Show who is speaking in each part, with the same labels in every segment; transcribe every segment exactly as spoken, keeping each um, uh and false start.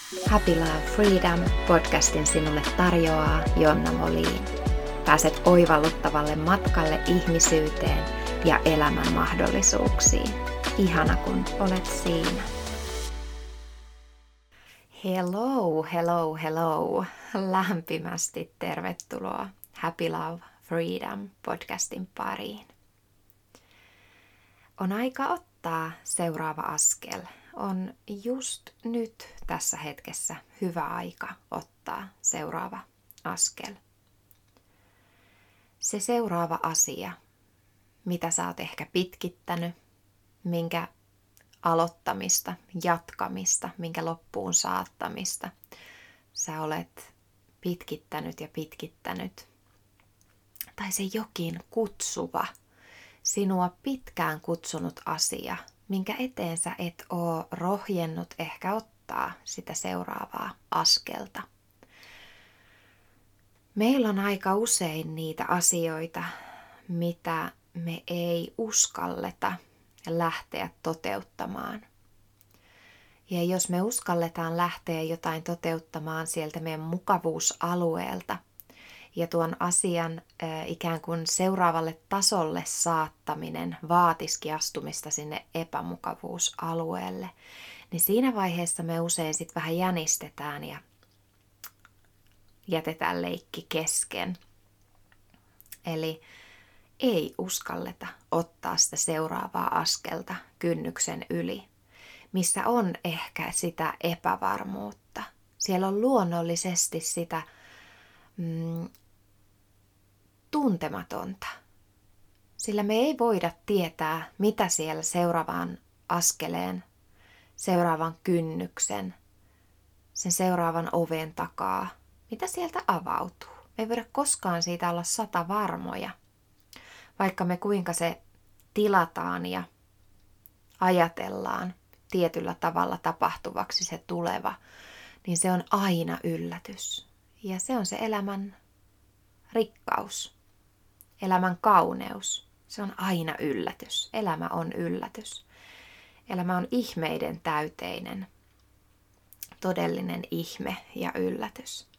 Speaker 1: Happy Love Freedom podcastin sinulle tarjoaa Jonna Molin. Pääset oivalluttavalle matkalle ihmisyyteen ja elämän mahdollisuuksiin. Ihana kun olet siinä. Hello, hello, hello. Lämpimästi tervetuloa Happy Love Freedom podcastin pariin. On aika ottaa seuraava askel. On just nyt tässä hetkessä hyvä aika ottaa seuraava askel. Se seuraava asia, mitä sä oot ehkä pitkittänyt, minkä aloittamista, jatkamista, minkä loppuun saattamista sä olet pitkittänyt ja pitkittänyt. Tai se jokin kutsuva, sinua pitkään kutsunut asia, minkä eteen sä et oo rohjennut ehkä ottaa sitä seuraavaa askelta. Meillä on aika usein niitä asioita, mitä me ei uskalleta lähteä toteuttamaan. Ja jos me uskalletaan lähteä jotain toteuttamaan sieltä meidän mukavuusalueelta ja tuon asian äh, ikään kuin seuraavalle tasolle saattaminen vaatisikin astumista sinne epämukavuusalueelle, niin siinä vaiheessa me usein sitten vähän jänistetään ja jätetään leikki kesken. Eli ei uskalleta ottaa sitä seuraavaa askelta kynnyksen yli, missä on ehkä sitä epävarmuutta. Siellä on luonnollisesti sitä mm, tuntematonta, sillä me ei voida tietää, mitä siellä seuraavan askeleen, seuraavan kynnyksen, sen seuraavan oven takaa, mitä sieltä avautuu. Me ei voida koskaan siitä olla sata varmoja. Vaikka me kuinka se tilataan ja ajatellaan tietyllä tavalla tapahtuvaksi se tuleva, niin se on aina yllätys. Ja se on se elämän rikkaus, elämän kauneus. Se on aina yllätys. Elämä on yllätys. Elämä on ihmeiden täyteinen, todellinen ihme ja yllätys.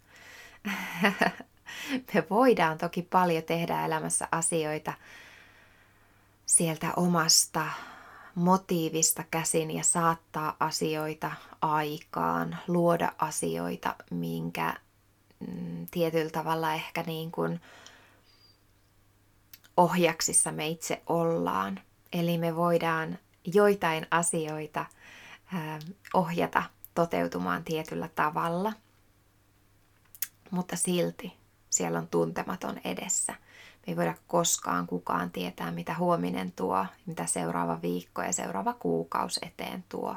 Speaker 1: Me voidaan toki paljon tehdä elämässä asioita sieltä omasta motiivista käsin ja saattaa asioita aikaan, luoda asioita, minkä mm, tietyllä tavalla ehkä niin kuin ohjaksissa me itse ollaan. Eli me voidaan joitain asioita äh, ohjata toteutumaan tietyllä tavalla, mutta silti siellä on tuntematon edessä. Me ei voida koskaan kukaan tietää, mitä huominen tuo, mitä seuraava viikko ja seuraava kuukausi eteen tuo.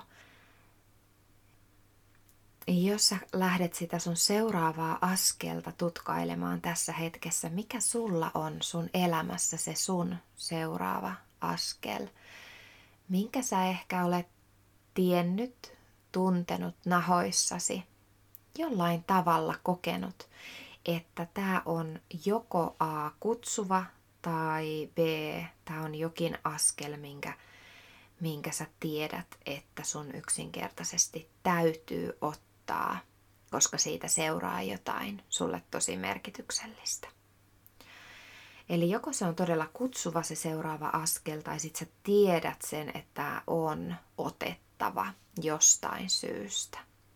Speaker 1: Jos sä lähdet sitä sun seuraavaa askelta tutkailemaan tässä hetkessä, mikä sulla on sun elämässä se sun seuraava askel, minkä sä ehkä olet tiennyt, tuntenut nahoissasi, jollain tavalla kokenut, että tämä on joko A kutsuva tai B, tämä on jokin askel, minkä, minkä sä tiedät, että sun yksinkertaisesti täytyy ottaa, koska siitä seuraa jotain sulle tosi merkityksellistä. Eli joko se on todella kutsuva se seuraava askel, tai sit sä tiedät sen, että tämä on otettava jostain syystä.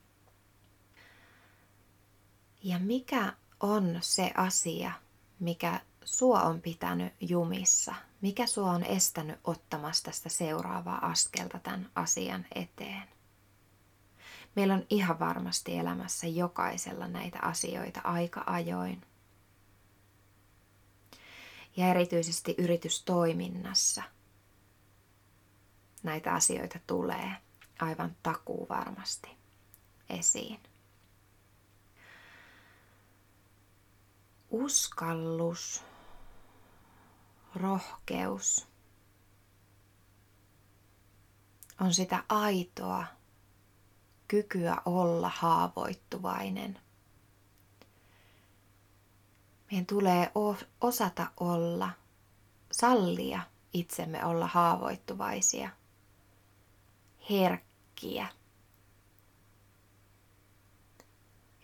Speaker 1: Ja mikä on se asia, mikä sua on pitänyt jumissa? Mikä sua on estänyt ottamasta sitä seuraavaa askelta tämän asian eteen? Meillä on ihan varmasti elämässä jokaisella näitä asioita aika ajoin. Ja erityisesti yritystoiminnassa näitä asioita tulee aivan takuu varmasti esiin. Uskallus, rohkeus on sitä aitoa kykyä olla haavoittuvainen. Meidän tulee osata olla, sallia itsemme olla haavoittuvaisia, herkkiä.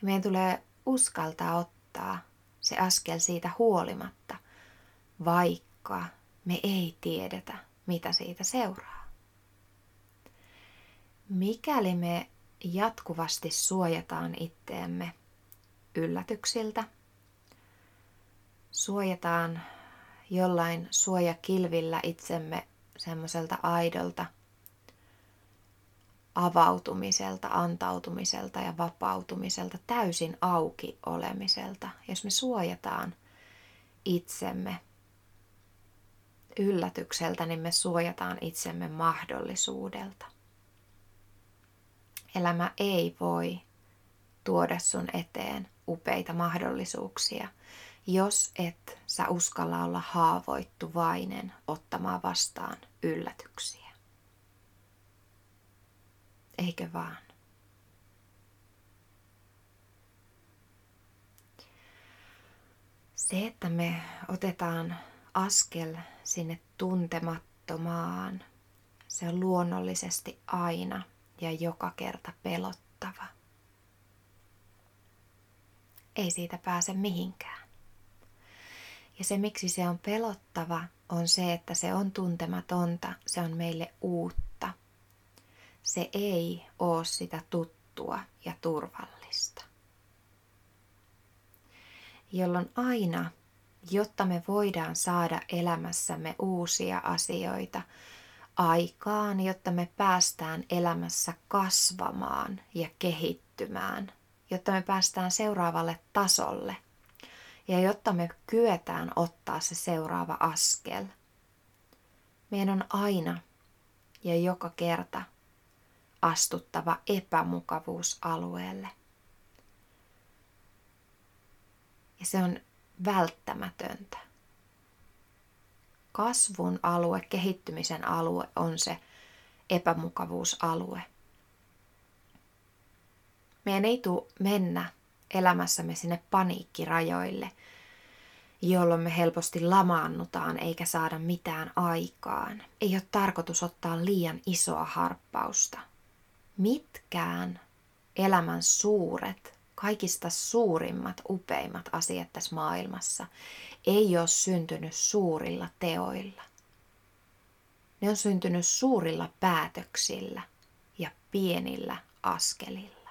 Speaker 1: Ja meidän tulee uskaltaa ottaa se askel siitä huolimatta, vaikka me ei tiedetä, mitä siitä seuraa. Mikäli me jatkuvasti suojataan itteemme yllätyksiltä, suojataan jollain suojakilvillä itsemme semmoiselta aidolta avautumiselta, antautumiselta ja vapautumiselta, täysin auki olemiselta. Jos me suojataan itsemme yllätykseltä, niin me suojataan itsemme mahdollisuudelta. Elämä ei voi tuoda sun eteen upeita mahdollisuuksia, jos et sä uskalla olla haavoittuvainen ottamaan vastaan yllätyksiä. Eikö vaan? Se, että me otetaan askel sinne tuntemattomaan, se on luonnollisesti aina ja joka kerta pelottava. Ei siitä pääse mihinkään. Ja se, miksi se on pelottava, on se, että se on tuntematonta, se on meille uutta. Se ei ole sitä tuttua ja turvallista. Jolloin aina, jotta me voidaan saada elämässämme uusia asioita aikaan, jotta me päästään elämässä kasvamaan ja kehittymään, jotta me päästään seuraavalle tasolle ja jotta me kyetään ottaa se seuraava askel, meidän on aina ja joka kerta astuttava epämukavuusalueelle. Ja se on välttämätöntä. Kasvun alue, kehittymisen alue on se epämukavuusalue. Meidän ei tule mennä elämässämme sinne paniikkirajoille, jolloin me helposti lamaannutaan eikä saada mitään aikaan. Ei ole tarkoitus ottaa liian isoa harppausta. Mitkään elämän suuret, kaikista suurimmat, upeimmat asiat tässä maailmassa ei ole syntynyt suurilla teoilla. Ne on syntynyt suurilla päätöksillä ja pienillä askelilla.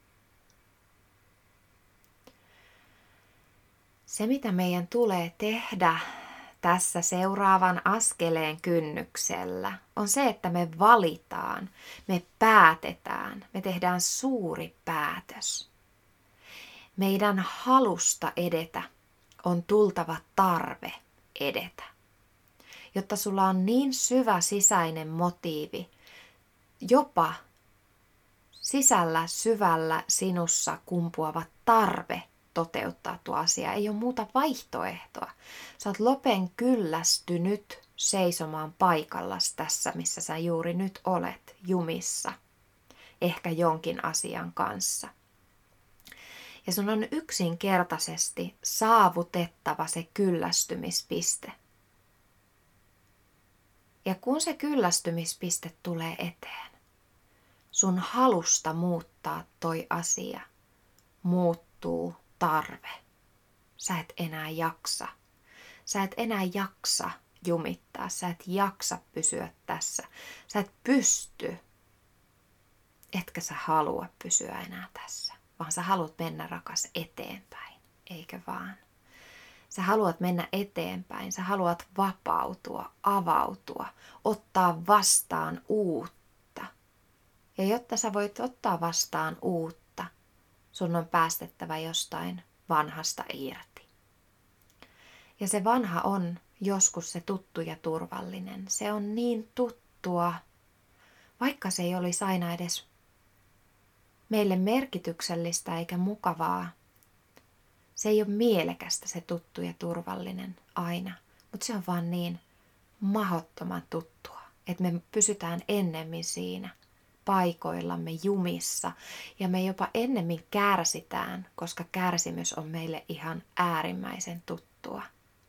Speaker 1: Se, mitä meidän tulee tehdä tässä seuraavan askeleen kynnyksellä, on se, että me valitaan, me päätetään, me tehdään suuri päätös. Meidän halusta edetä on tultava tarve edetä. Jotta sulla on niin syvä sisäinen motiivi, jopa sisällä syvällä sinussa kumpuava tarve toteuttaa tuo asia. Ei ole muuta vaihtoehtoa. Sä oot lopen kyllästynyt seisomaan paikallas tässä, missä sä juuri nyt olet, jumissa. Ehkä jonkin asian kanssa. Ja sun on yksinkertaisesti saavutettava se kyllästymispiste. Ja kun se kyllästymispiste tulee eteen, sun halusta muuttaa toi asia muuttuu tarve. Sä et enää jaksa. Sä et enää jaksa jumittaa. Sä et jaksa pysyä tässä. Sä et pysty. Etkä sä halua pysyä enää tässä. Vaan sä haluat mennä, rakas, eteenpäin. Eikö vaan? Sä haluat mennä eteenpäin. Sä haluat vapautua, avautua, ottaa vastaan uutta. Ja jotta sä voit ottaa vastaan uutta, sun on päästettävä jostain vanhasta irti. Ja se vanha on joskus se tuttu ja turvallinen. Se on niin tuttua, vaikka se ei olisi aina edes meille merkityksellistä eikä mukavaa. Se ei ole mielekästä se tuttu ja turvallinen aina, mutta se on vaan niin mahdottoman tuttua, että me pysytään ennemmin siinä paikoillamme jumissa ja me jopa ennemmin kärsitään, koska kärsimys on meille ihan äärimmäisen tuttua.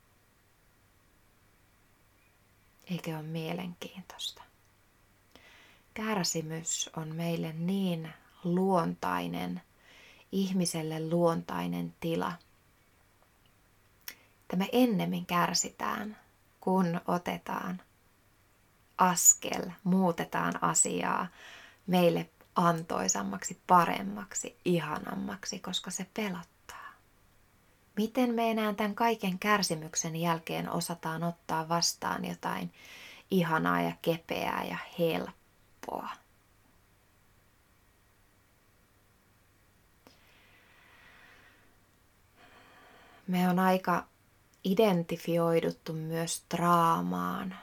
Speaker 1: Eikö ole mielenkiintoista? Kärsimys on meille niin luontainen ihmiselle luontainen tila. Että me ennemmin kärsitään, kun otetaan askel, muutetaan asiaa meille antoisammaksi, paremmaksi, ihanammaksi, koska se pelottaa. Miten me enää tämän kaiken kärsimyksen jälkeen osataan ottaa vastaan jotain ihanaa ja kepeää ja helppoa? Me on aika identifioiduttu myös draamaan.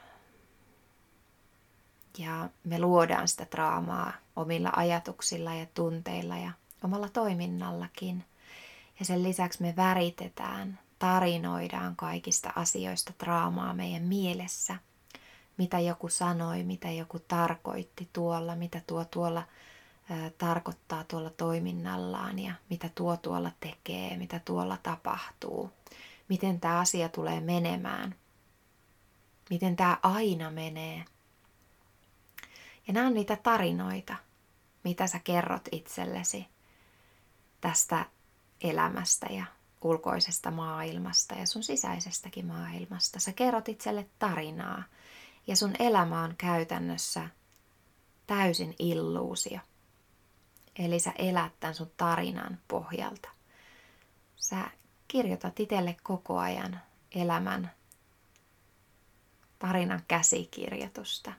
Speaker 1: Ja me luodaan sitä draamaa omilla ajatuksilla ja tunteilla ja omalla toiminnallakin. Ja sen lisäksi me väritetään, tarinoidaan kaikista asioista draamaa meidän mielessä. Mitä joku sanoi, mitä joku tarkoitti tuolla, mitä tuo tuolla ää, tarkoittaa tuolla toiminnallaan ja mitä tuo tuolla tekee, mitä tuolla tapahtuu. Miten tämä asia tulee menemään. Miten tämä aina menee. Ja nämä on niitä tarinoita, mitä sä kerrot itsellesi tästä elämästä ja ulkoisesta maailmasta ja sun sisäisestäkin maailmasta. Sä kerrot itselle tarinaa ja sun elämä on käytännössä täysin illuusio. Eli sä elät tämän sun tarinan pohjalta. Sä kirjoitat itselle koko ajan elämän tarinan käsikirjoitusta.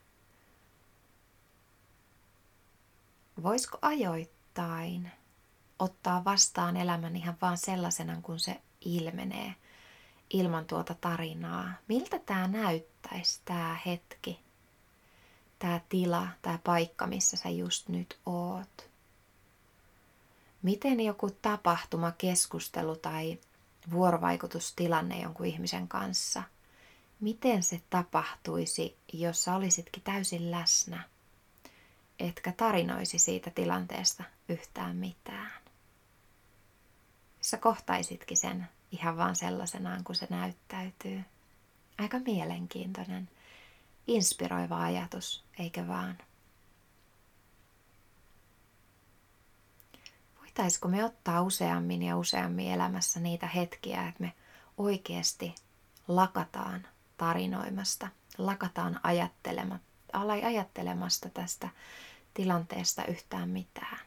Speaker 1: Voisiko ajoittain ottaa vastaan elämän ihan vaan sellaisena, kun se ilmenee ilman tuota tarinaa? Miltä tämä näyttäisi, tämä hetki, tämä tila, tämä paikka, missä sä just nyt oot? Miten joku tapahtuma, keskustelu tai vuorovaikutustilanne jonkun ihmisen kanssa, miten se tapahtuisi, jos sä olisitkin täysin läsnä? Etkä tarinoisi siitä tilanteesta yhtään mitään. Sä kohtaisitkin sen ihan vaan sellaisenaan, kun se näyttäytyy. Aika mielenkiintoinen, inspiroiva ajatus, eikö vaan? Voitaisiko me ottaa useammin ja useammin elämässä niitä hetkiä, että me oikeasti lakataan tarinoimasta, lakataan ajattelemasta tästä tilanteesta yhtään mitään.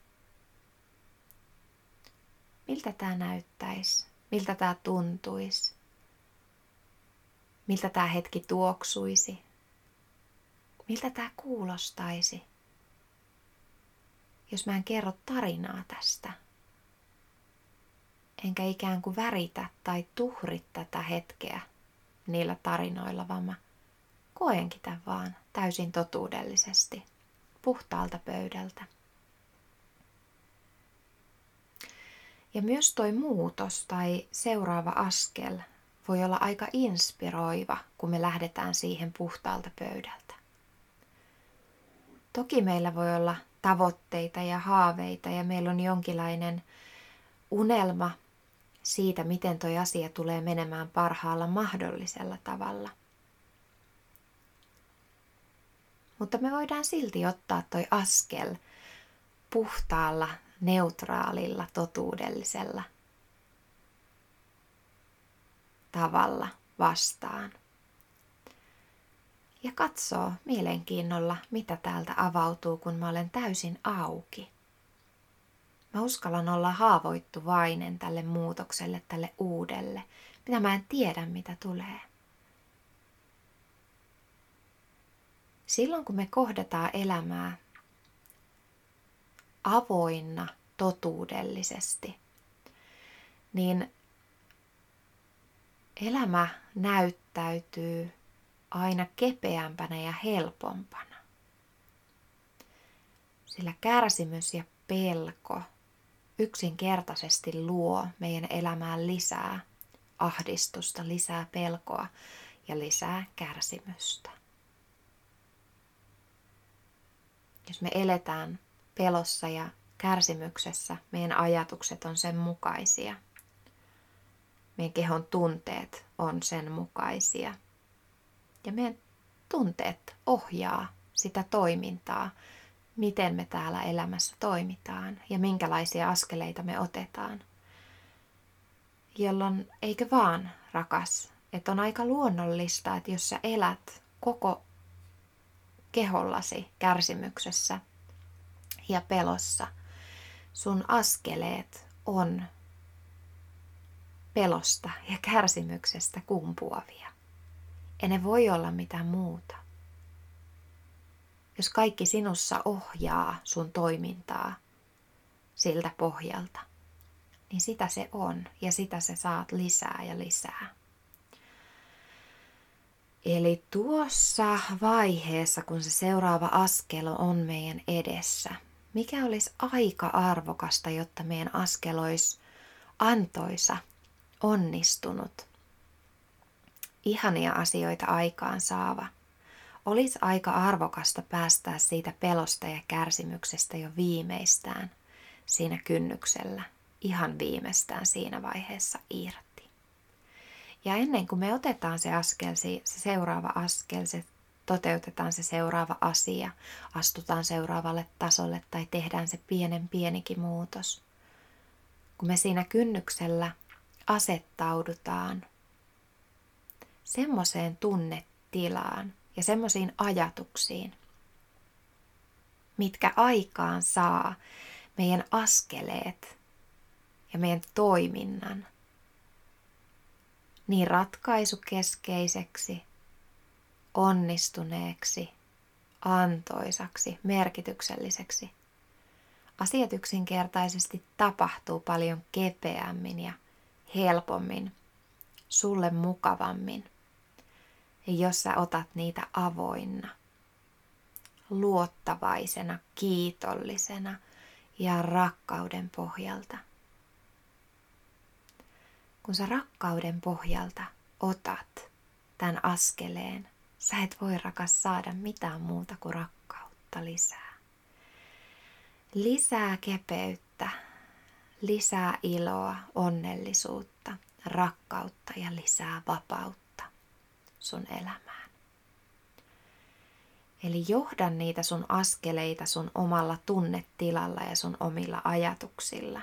Speaker 1: Miltä tämä näyttäisi? Miltä tämä tuntuisi? Miltä tämä hetki tuoksuisi? Miltä tämä kuulostaisi? Jos mä en kerro tarinaa tästä, enkä ikään kuin väritä tai tuhri tätä hetkeä niillä tarinoilla, vaan mä koenkin tämän vaan täysin totuudellisesti, puhtaalta pöydältä. Ja myös toi muutos tai seuraava askel voi olla aika inspiroiva, kun me lähdetään siihen puhtaalta pöydältä. Toki meillä voi olla tavoitteita ja haaveita ja meillä on jonkinlainen unelma siitä, miten toi asia tulee menemään parhaalla mahdollisella tavalla. Mutta me voidaan silti ottaa toi askel puhtaalla, neutraalilla, totuudellisella tavalla vastaan. Ja katsoo mielenkiinnolla, mitä täältä avautuu, kun mä olen täysin auki. Mä uskallan olla haavoittuvainen tälle muutokselle, tälle uudelle, mitä mä en tiedä, mitä tulee. Silloin kun me kohdataan elämää avoinna totuudellisesti, niin elämä näyttäytyy aina kepeämpänä ja helpompana. Sillä kärsimys ja pelko yksinkertaisesti luo meidän elämään lisää ahdistusta, lisää pelkoa ja lisää kärsimystä. Jos me eletään pelossa ja kärsimyksessä, meidän ajatukset on sen mukaisia. Meidän kehon tunteet on sen mukaisia. Ja meidän tunteet ohjaa sitä toimintaa, miten me täällä elämässä toimitaan ja minkälaisia askeleita me otetaan. Jolloin eikö vaan, rakas, että on aika luonnollista, että jos sä elät koko kehollasi kärsimyksessä ja pelossa, sun askeleet on pelosta ja kärsimyksestä kumpuavia. Ja ne voi olla mitään muuta. Jos kaikki sinussa ohjaa sun toimintaa siltä pohjalta, niin sitä se on ja sitä sä saat lisää ja lisää. Eli tuossa vaiheessa, kun se seuraava askel on meidän edessä, mikä olisi aika arvokasta, jotta meidän askel olisi antoisa, onnistunut, ihania asioita aikaan saava. Olisi aika arvokasta päästää siitä pelosta ja kärsimyksestä jo viimeistään siinä kynnyksellä, ihan viimeistään siinä vaiheessa irti. Ja ennen kuin me otetaan se askel, se seuraava askel, se toteutetaan se seuraava asia, astutaan seuraavalle tasolle tai tehdään se pienen pienikin muutos. Kun me siinä kynnyksellä asettaudutaan semmoiseen tunnetilaan ja semmoisiin ajatuksiin, mitkä aikaan saa meidän askeleet ja meidän toiminnan niin ratkaisukeskeiseksi, onnistuneeksi, antoisaksi, merkitykselliseksi. Asiat yksinkertaisesti tapahtuu paljon kepeämmin ja helpommin, sulle mukavammin, jos sä otat niitä avoinna, luottavaisena, kiitollisena ja rakkauden pohjalta. Kun sä rakkauden pohjalta otat tämän askeleen, sä et voi, rakas, saada mitään muuta kuin rakkautta lisää. Lisää kepeyttä, lisää iloa, onnellisuutta, rakkautta ja lisää vapautta sun elämään. Eli johda niitä sun askeleita sun omalla tunnetilalla ja sun omilla ajatuksilla.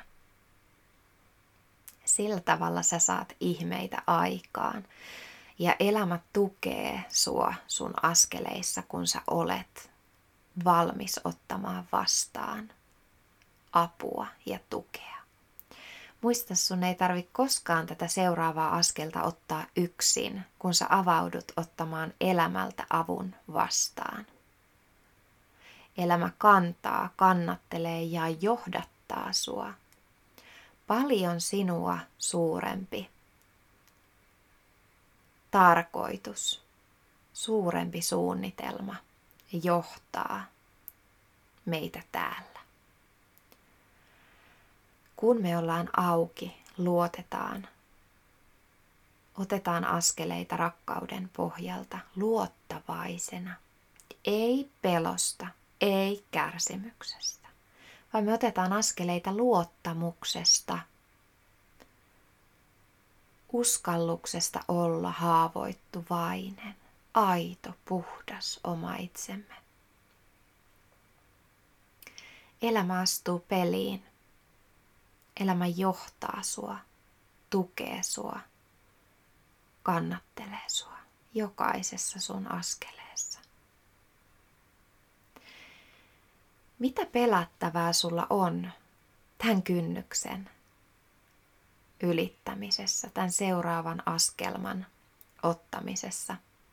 Speaker 1: Sillä tavalla sä saat ihmeitä aikaan. Ja elämä tukee sua sun askeleissa, kun sä olet valmis ottamaan vastaan apua ja tukea. Muista, sun ei tarvitse koskaan tätä seuraavaa askelta ottaa yksin, kun sä avaudut ottamaan elämältä avun vastaan. Elämä kantaa, kannattelee ja johdattaa sua. Paljon sinua suurempi tarkoitus, suurempi suunnitelma johtaa meitä täällä. Kun me ollaan auki, luotetaan, otetaan askeleita rakkauden pohjalta luottavaisena, ei pelosta, ei kärsimyksestä, vaan me otetaan askeleita luottamuksesta, uskalluksesta olla haavoittuvainen, aito, puhdas oma itsemme. Elämä astuu peliin. Elämä johtaa sua, tukee sua, kannattelee sua jokaisessa sun askeleessa. Mitä pelättävää sulla on tämän kynnyksen ylittämisessä, tämän seuraavan askelman ottamisessa?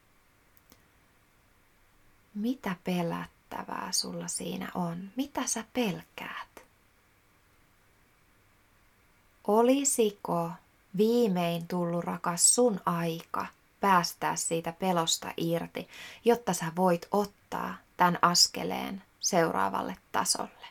Speaker 1: Mitä pelättävää sulla siinä on? Mitä sä pelkäät? Olisiko viimein tullut, rakas, sun aika päästää siitä pelosta irti, jotta sä voit ottaa tämän askeleen seuraavalle tasolle?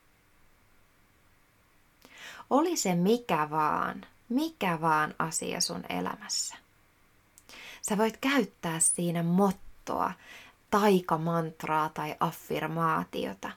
Speaker 1: Oli se mikä vaan, mikä vaan asia sun elämässä. Sä voit käyttää siinä mottoa, taikamantraa tai affirmaatiota.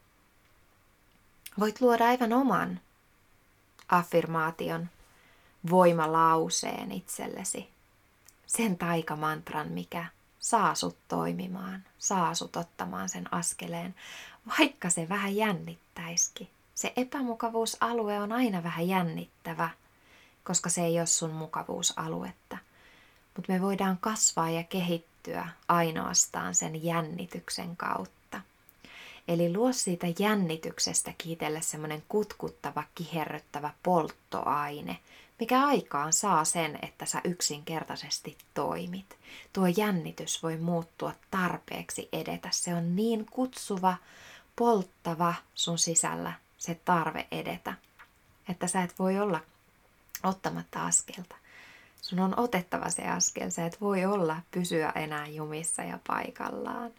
Speaker 1: Voit luoda aivan oman affirmaation, voimalauseen itsellesi. Sen taikamantran, mikä saa sut toimimaan, saa sut ottamaan sen askeleen vaikka se vähän jännittäisikin. Se epämukavuusalue on aina vähän jännittävä, koska se ei ole sun mukavuusaluetta. Mutta me voidaan kasvaa ja kehittyä ainoastaan sen jännityksen kautta. Eli luo siitä jännityksestä kiitelle semmoinen kutkuttava, kiherryttävä polttoaine, mikä aikaan saa sen, että sä yksinkertaisesti toimit. Tuo jännitys voi muuttua tarpeeksi edetä. Se on niin kutsuva, polttava sun sisällä se tarve edetä, että sä et voi olla ottamatta askelta. Sun on otettava se askel. Sä et voi olla pysyä enää jumissa ja paikallaan.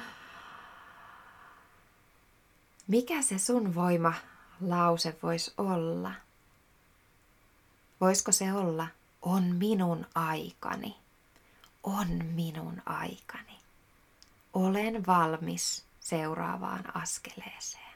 Speaker 1: Mikä se sun voima lause voisi olla? Voisiko se olla, on minun aikani, on minun aikani. Olen valmis seuraavaan askeleeseen.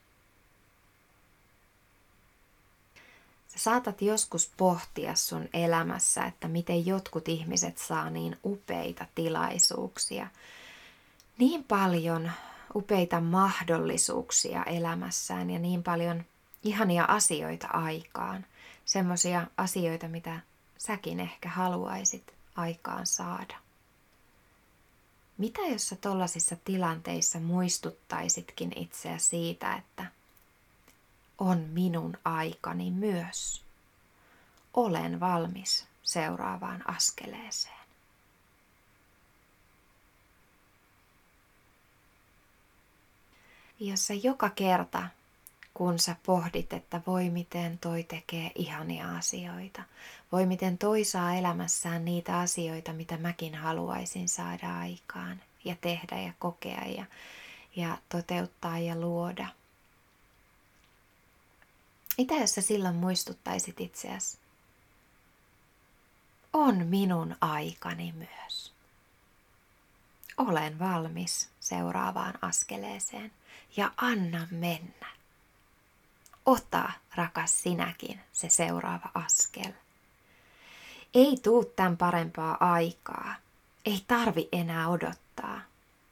Speaker 1: Sä saatat joskus pohtia sun elämässä, että miten jotkut ihmiset saa niin upeita tilaisuuksia, niin paljon upeita mahdollisuuksia elämässään ja niin paljon ihania asioita aikaan. Semmoisia asioita, mitä säkin ehkä haluaisit aikaan saada. Mitä jos sä tollasissa tilanteissa muistuttaisitkin itseä siitä, että on minun aikani myös. Olen valmis seuraavaan askeleeseen. Jos sä joka kerta, kun sä pohdit, että voi miten toi tekee ihania asioita, voi miten toi saa elämässään niitä asioita, mitä mäkin haluaisin saada aikaan ja tehdä ja kokea ja, ja toteuttaa ja luoda. Mitä jos sä silloin muistuttaisit itseäsi? On minun aikani myös. Olen valmis seuraavaan askeleeseen ja anna mennä. Ota, rakas sinäkin, se seuraava askel. Ei tuu tämän parempaa aikaa. Ei tarvi enää odottaa.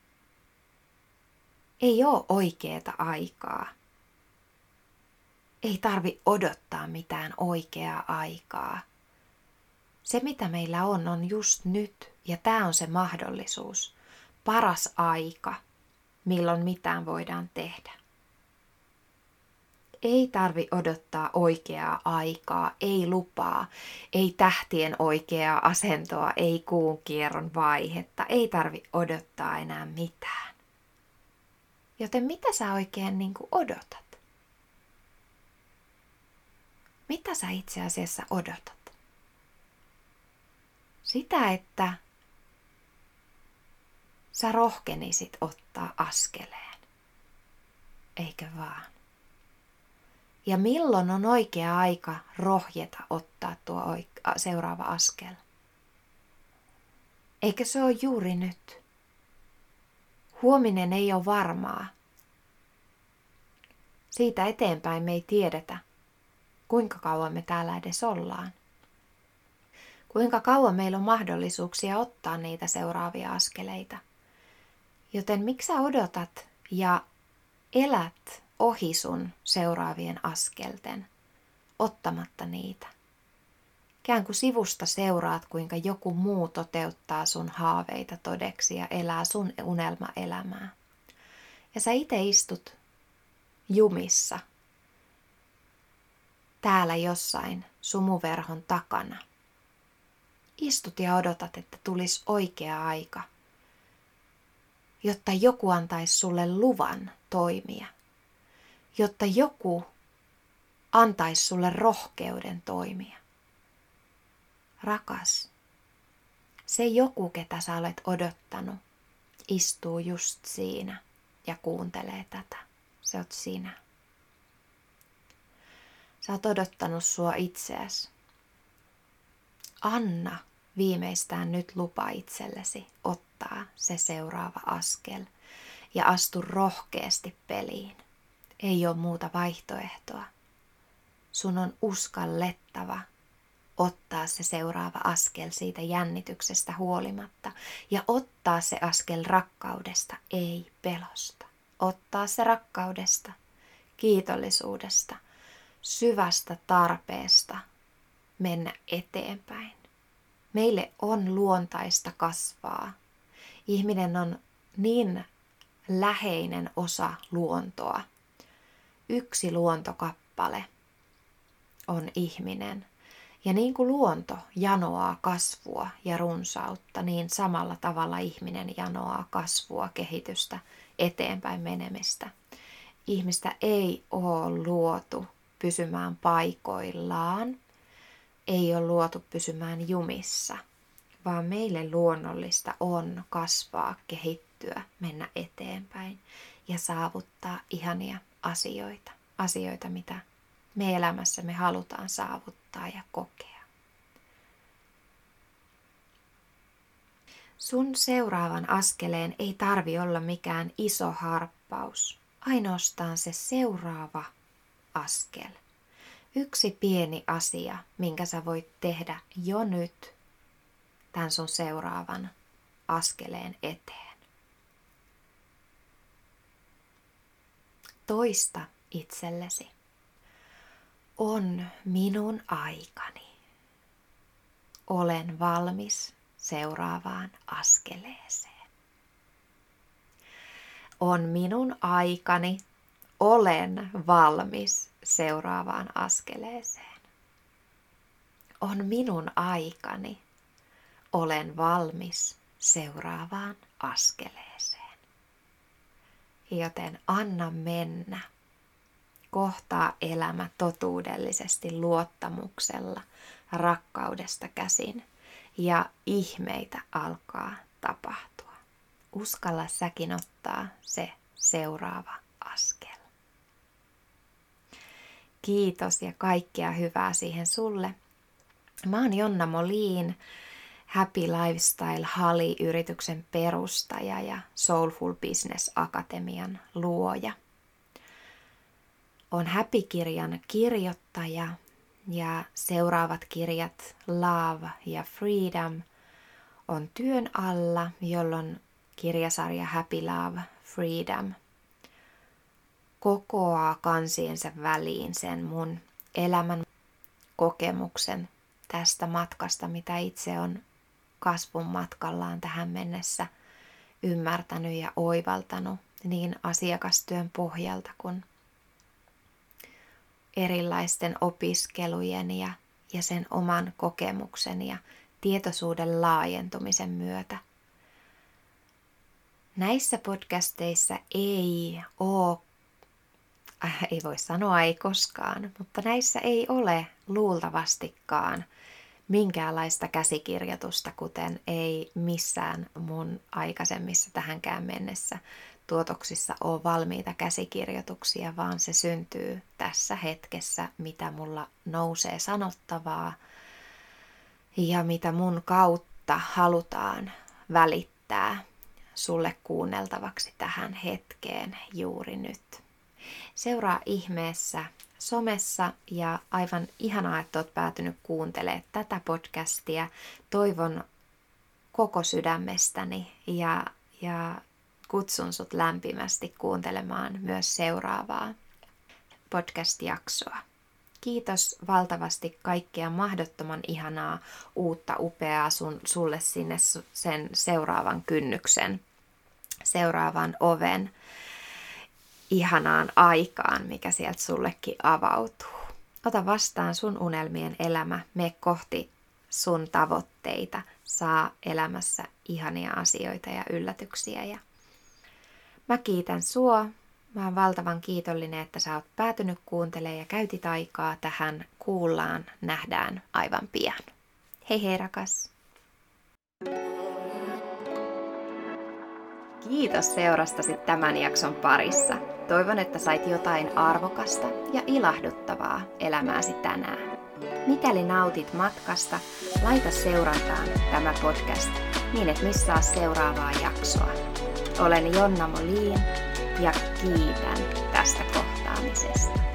Speaker 1: Ei ole oikeeta aikaa. Ei tarvi odottaa mitään oikeaa aikaa. Se mitä meillä on, on just nyt ja tämä on se mahdollisuus. Paras aika, milloin mitään voidaan tehdä. Ei tarvi odottaa oikeaa aikaa, ei lupaa, ei tähtien oikeaa asentoa, ei kuun kierron vaihetta. Ei tarvi odottaa enää mitään. Joten mitä sä oikein niin kuin odotat? Mitä sä itse asiassa odotat? Sitä, että sä rohkenisit ottaa askeleen. Eikö vaan? Ja milloin on oikea aika rohjeta ottaa tuo oik- seuraava askel? Eikö se ole juuri nyt? Huominen ei ole varmaa. Siitä eteenpäin me ei tiedetä, kuinka kauan me täällä edes ollaan. Kuinka kauan meillä on mahdollisuuksia ottaa niitä seuraavia askeleita. Joten miksi sä odotat ja elät ohi sun seuraavien askelten, ottamatta niitä? Ikään kuin sivusta seuraat, kuinka joku muu toteuttaa sun haaveita todeksi ja elää sun unelmaelämää. Ja sä itse istut jumissa täällä jossain sumuverhon takana. Istut ja odotat, että tulisi oikea aika, jotta joku antaisi sulle luvan toimia, jotta joku antaisi sulle rohkeuden toimia. Rakas, se joku, ketä sä olet odottanut, istuu just siinä ja kuuntelee tätä. Se oot sinä. Sä oot odottanut sua itseäsi. Anna viimeistään nyt lupa itsellesi ottaa se seuraava askel ja astu rohkeasti peliin. Ei ole muuta vaihtoehtoa. Sun on uskallettava ottaa se seuraava askel siitä jännityksestä huolimatta ja ottaa se askel rakkaudesta, ei pelosta. ottaa se rakkaudesta, kiitollisuudesta, syvästä tarpeesta mennä eteenpäin. Meille on luontaista kasvaa. Ihminen on niin läheinen osa luontoa. Yksi luontokappale on ihminen. Ja niin kuin luonto janoaa kasvua ja runsautta, niin samalla tavalla ihminen janoaa kasvua, kehitystä, eteenpäin menemistä. Ihmistä ei ole luotu pysymään paikoillaan, ei ole luotu pysymään jumissa, vaan meille luonnollista on kasvaa, kehittyä, mennä eteenpäin ja saavuttaa ihania asioita. Asioita, mitä me elämässä me halutaan saavuttaa ja kokea. Sun seuraavan askeleen ei tarvi olla mikään iso harppaus, ainoastaan se seuraava askel. Yksi pieni asia, minkä sä voit tehdä jo nyt tämän sun seuraavan askeleen eteen. Toista itsellesi. On minun aikani. Olen valmis seuraavaan askeleeseen. On minun aikani. Olen valmis seuraavaan askeleeseen. On minun aikani. Olen valmis seuraavaan askeleeseen. Joten anna mennä. Kohtaa elämä totuudellisesti luottamuksella, rakkaudesta käsin ja ihmeitä alkaa tapahtua. Uskalla säkin ottaa se seuraava askel. Kiitos ja kaikkea hyvää siihen sulle. Mä oon Jonna Molin, Happy Lifestyle Hali-yrityksen perustaja ja Soulful Business Akatemian luoja. Olen Happy-kirjan kirjoittaja ja seuraavat kirjat Love ja Freedom on työn alla, jolloin kirjasarja Happy Love Freedom kokoaa kansiensa väliin sen mun elämän kokemuksen tästä matkasta, mitä itse on kasvun matkallaan tähän mennessä ymmärtänyt ja oivaltanut niin asiakastyön pohjalta kuin erilaisten opiskelujen ja, ja sen oman kokemuksen ja tietoisuuden laajentumisen myötä. Näissä podcasteissa ei ole, äh, ei voi sanoa ei koskaan, mutta näissä ei ole luultavastikaan minkäänlaista käsikirjoitusta, kuten ei missään mun aikaisemmissa tähänkään mennessä tuotoksissa ole valmiita käsikirjoituksia, vaan se syntyy tässä hetkessä, mitä mulla nousee sanottavaa ja mitä mun kautta halutaan välittää sulle kuunneltavaksi tähän hetkeen juuri nyt. Seuraa ihmeessä somessa ja aivan ihanaa, että oot päätynyt kuuntelemaan tätä podcastia. Toivon koko sydämestäni ja, ja kutsun sut lämpimästi kuuntelemaan myös seuraavaa podcast-jaksoa. Kiitos valtavasti kaikkea mahdottoman ihanaa, uutta, upeaa sun, sulle sinne sen seuraavan kynnyksen, seuraavan oven, ihanaan aikaan, mikä sieltä sullekin avautuu. Ota vastaan sun unelmien elämä, mene kohti sun tavoitteita, saa elämässä ihania asioita ja yllätyksiä. Ja mä kiitän sua. Mä oon valtavan kiitollinen, että sä oot päätynyt kuuntelemaan ja käytit aikaa tähän. Kuullaan, nähdään aivan pian. Hei hei rakas! Kiitos seurastasi tämän jakson parissa. Toivon, että sait jotain arvokasta ja ilahduttavaa elämääsi tänään. Mikäli nautit matkasta, laita seurantaan tämä podcast niin et missaa seuraavaa jaksoa. Olen Jonna Molin ja kiitän tästä kohtaamisesta.